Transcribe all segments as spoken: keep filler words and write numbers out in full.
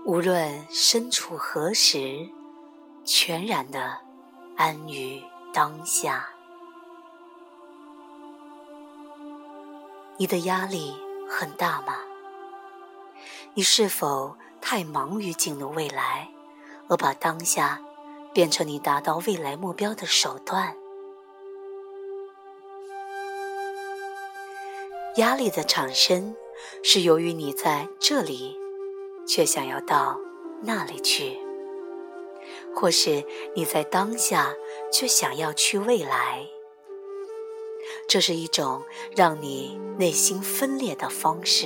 无论身处何时，全然的安于当下。你的压力很大吗？你是否太忙于进入未来，而把当下变成你达到未来目标的手段？压力的产生是由于你在这里却想要到那里去，或是你在当下却想要去未来。这是一种让你内心分裂的方式。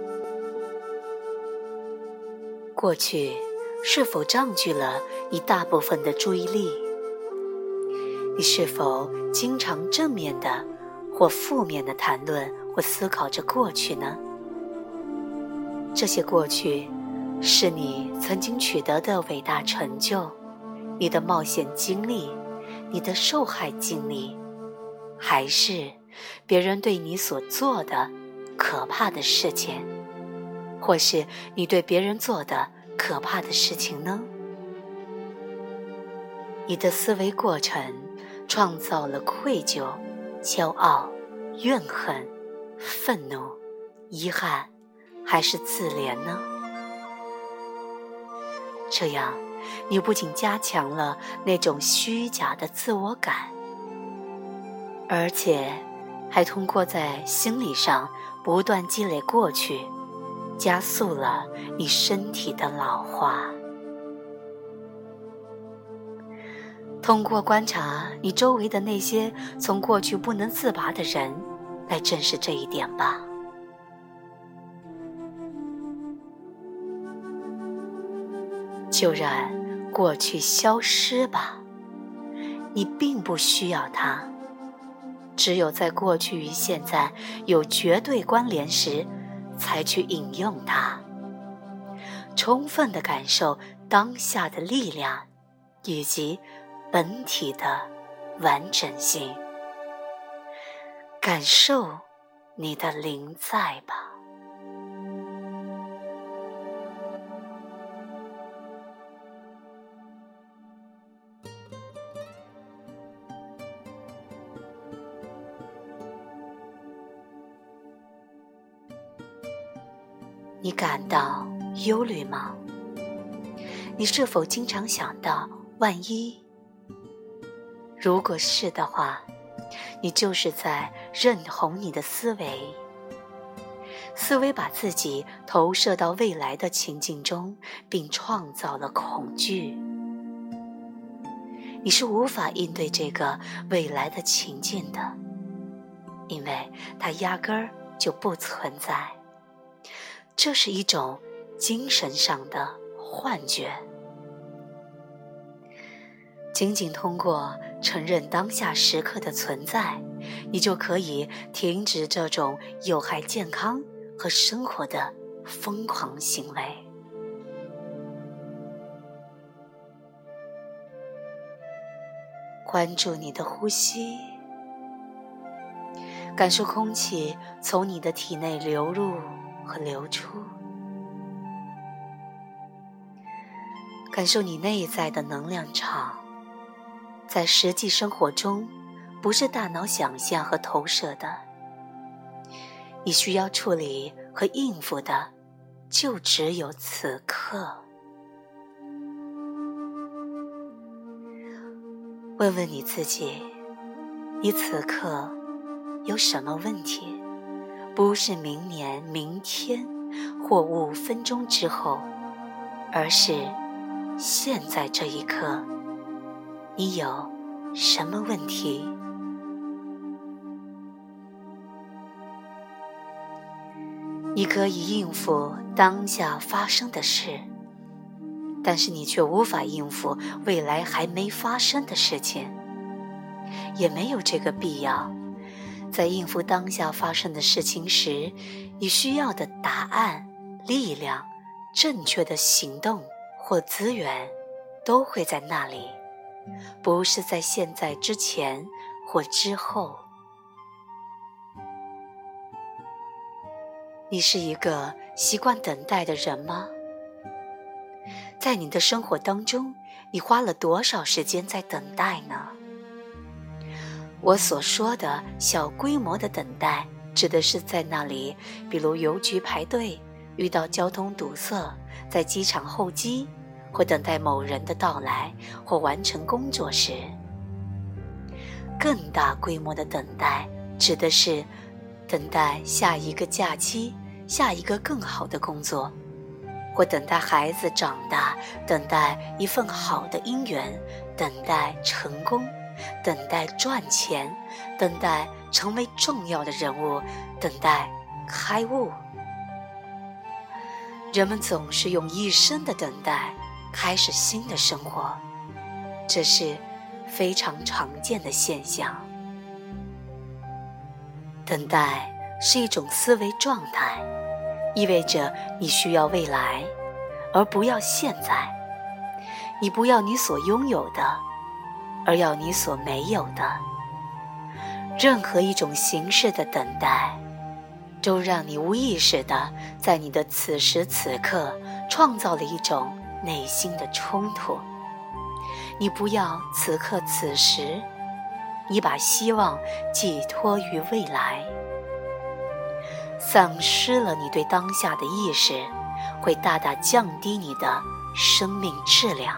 过去是否占据了你大部分的注意力？你是否经常正面的或负面的谈论或思考着过去呢？这些过去是你曾经取得的伟大成就，你的冒险经历，你的受害经历，还是别人对你所做的可怕的事情，或是你对别人做的可怕的事情呢？你的思维过程创造了愧疚、骄傲、怨恨、愤怒、遗憾，还是自怜呢？这样，你不仅加强了那种虚假的自我感，而且还通过在心理上不断积累过去，加速了你身体的老化。通过观察你周围的那些从过去不能自拔的人，来证实这一点吧。就让过去消失吧，你并不需要它。只有在过去与现在有绝对关联时，才去引用它，充分地感受当下的力量以及本体的完整性。感受你的临在吧。你感到忧虑吗？你是否经常想到万一？如果是的话，你就是在认同你的思维。思维把自己投射到未来的情境中，并创造了恐惧。你是无法应对这个未来的情境的，因为它压根儿就不存在。这是一种精神上的幻觉。仅仅通过承认当下时刻的存在，你就可以停止这种有害健康和生活的疯狂行为。关注你的呼吸，感受空气从你的体内流入和流出，感受你内在的能量场。在实际生活中，不是大脑想象和投射的，你需要处理和应付的就只有此刻。问问你自己，你此刻有什么问题？不是明年、明天或五分钟之后，而是现在这一刻，你有什么问题？你可以应付当下发生的事，但是你却无法应付未来还没发生的事情，也没有这个必要。在应付当下发生的事情时，你需要的答案、力量、正确的行动或资源都会在那里，不是在现在之前或之后。你是一个习惯等待的人吗？ 在你的生活当中，你花了多少时间在等待呢？我所说的小规模的等待，指的是在那里，比如邮局排队，遇到交通堵塞，在机场候机，或等待某人的到来，或完成工作时。更大规模的等待，指的是等待下一个假期，下一个更好的工作，或等待孩子长大，等待一份好的姻缘，等待成功，等待赚钱，等待成为重要的人物，等待开悟。人们总是用一生的等待开始新的生活，这是非常常见的现象。等待是一种思维状态，意味着你需要未来，而不要现在。你不要你所拥有的，而要你所没有的。任何一种形式的等待，都让你无意识地在你的此时此刻创造了一种内心的冲突。你不要此刻此时，你把希望寄托于未来。丧失了你对当下的意识，会大大降低你的生命质量。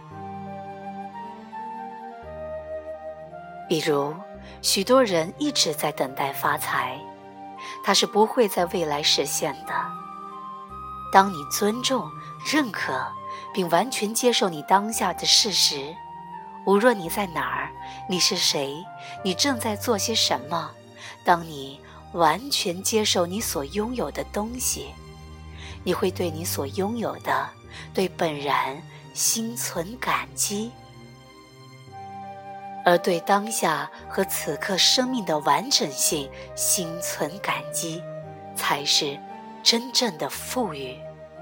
比如，许多人一直在等待发财，它是不会在未来实现的。当你尊重、认可并完全接受你当下的事实，无论你在哪儿，你是谁，你正在做些什么，当你完全接受你所拥有的东西，你会对你所拥有的，对本然心存感激。而对当下和此刻生命的完整性心存感激，才是真正的富裕。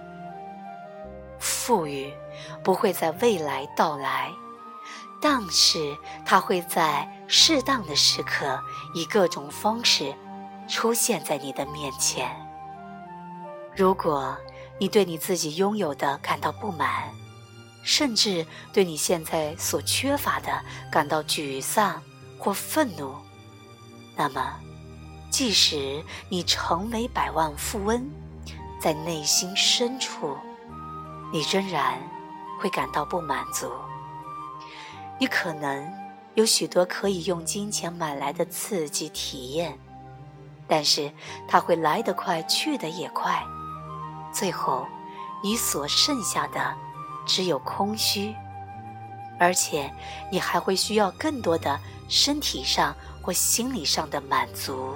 富裕不会在未来到来，但是它会在适当的时刻以各种方式出现在你的面前。如果你对你自己拥有的感到不满，甚至对你现在所缺乏的感到沮丧或愤怒，那么即使你成为百万富翁，在内心深处你仍然会感到不满足。你可能有许多可以用金钱买来的刺激体验，但是它会来得快，去得也快，最后你所剩下的只有空虚，而且你还会需要更多的身体上或心理上的满足。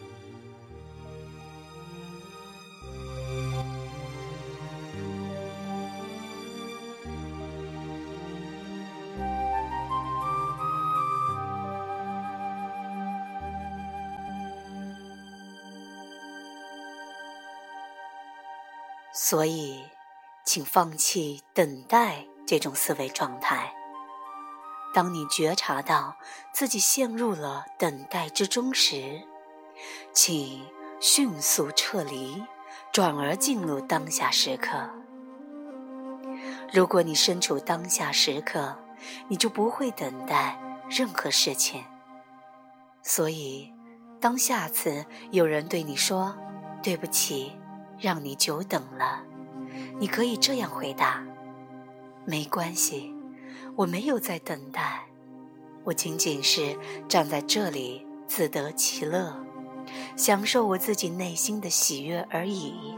所以，请放弃等待这种思维状态。当你觉察到自己陷入了等待之中时，请迅速撤离，转而进入当下时刻。如果你身处当下时刻，你就不会等待任何事情。所以，当下次有人对你说“对不起，让你久等了”，你可以这样回答：没关系，我没有在等待，我仅仅是站在这里自得其乐，享受我自己内心的喜悦而已。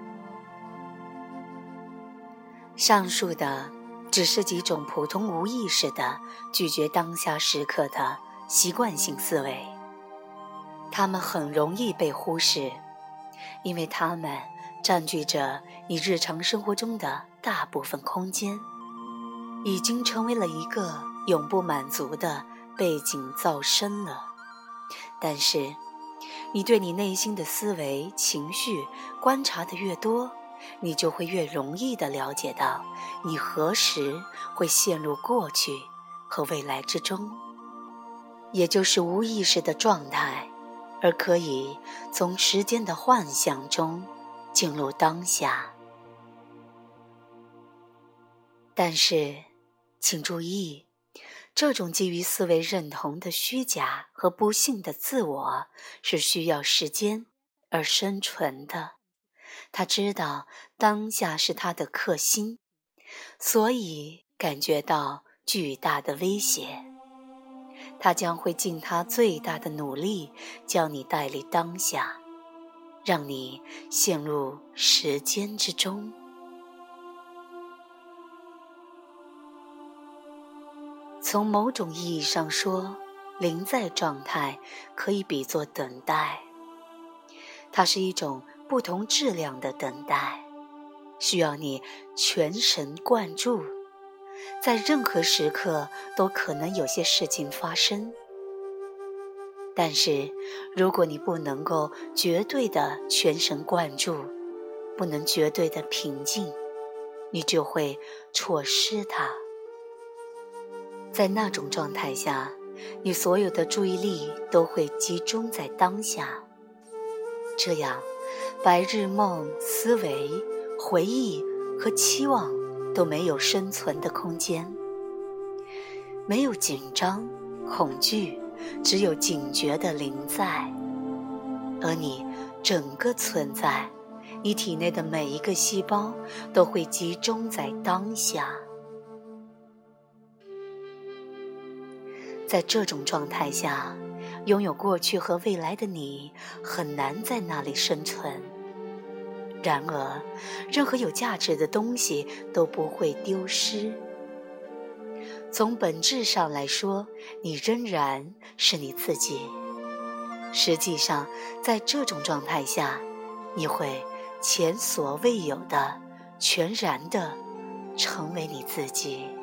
上述的只是几种普通无意识的拒绝当下时刻的习惯性思维，它们很容易被忽视，因为它们占据着你日常生活中的大部分空间，已经成为了一个永不满足的背景噪声了。但是你对你内心的思维、情绪观察的越多，你就会越容易地了解到你何时会陷入过去和未来之中，也就是无意识的状态，而可以从时间的幻象中进入当下。 但是，请注意，这种基于思维认同的虚假和不幸的自我是需要时间而生存的。他知道当下是他的克星，所以感觉到巨大的威胁。他将会尽他最大的努力将你带离当下，让你陷入时间之中。从某种意义上说，临在状态可以比作等待，它是一种不同质量的等待，需要你全神贯注，在任何时刻都可能有些事情发生。但是如果你不能够绝对的全神贯注，不能绝对的平静，你就会错失它。在那种状态下，你所有的注意力都会集中在当下，这样白日梦、思维、回忆和期望都没有生存的空间。没有紧张、恐惧，只有警觉的临在，而你整个存在，你体内的每一个细胞都会集中在当下。在这种状态下，拥有过去和未来的你很难在那里生存。然而，任何有价值的东西都不会丢失。从本质上来说，你仍然是你自己。实际上，在这种状态下，你会前所未有的、全然的成为你自己。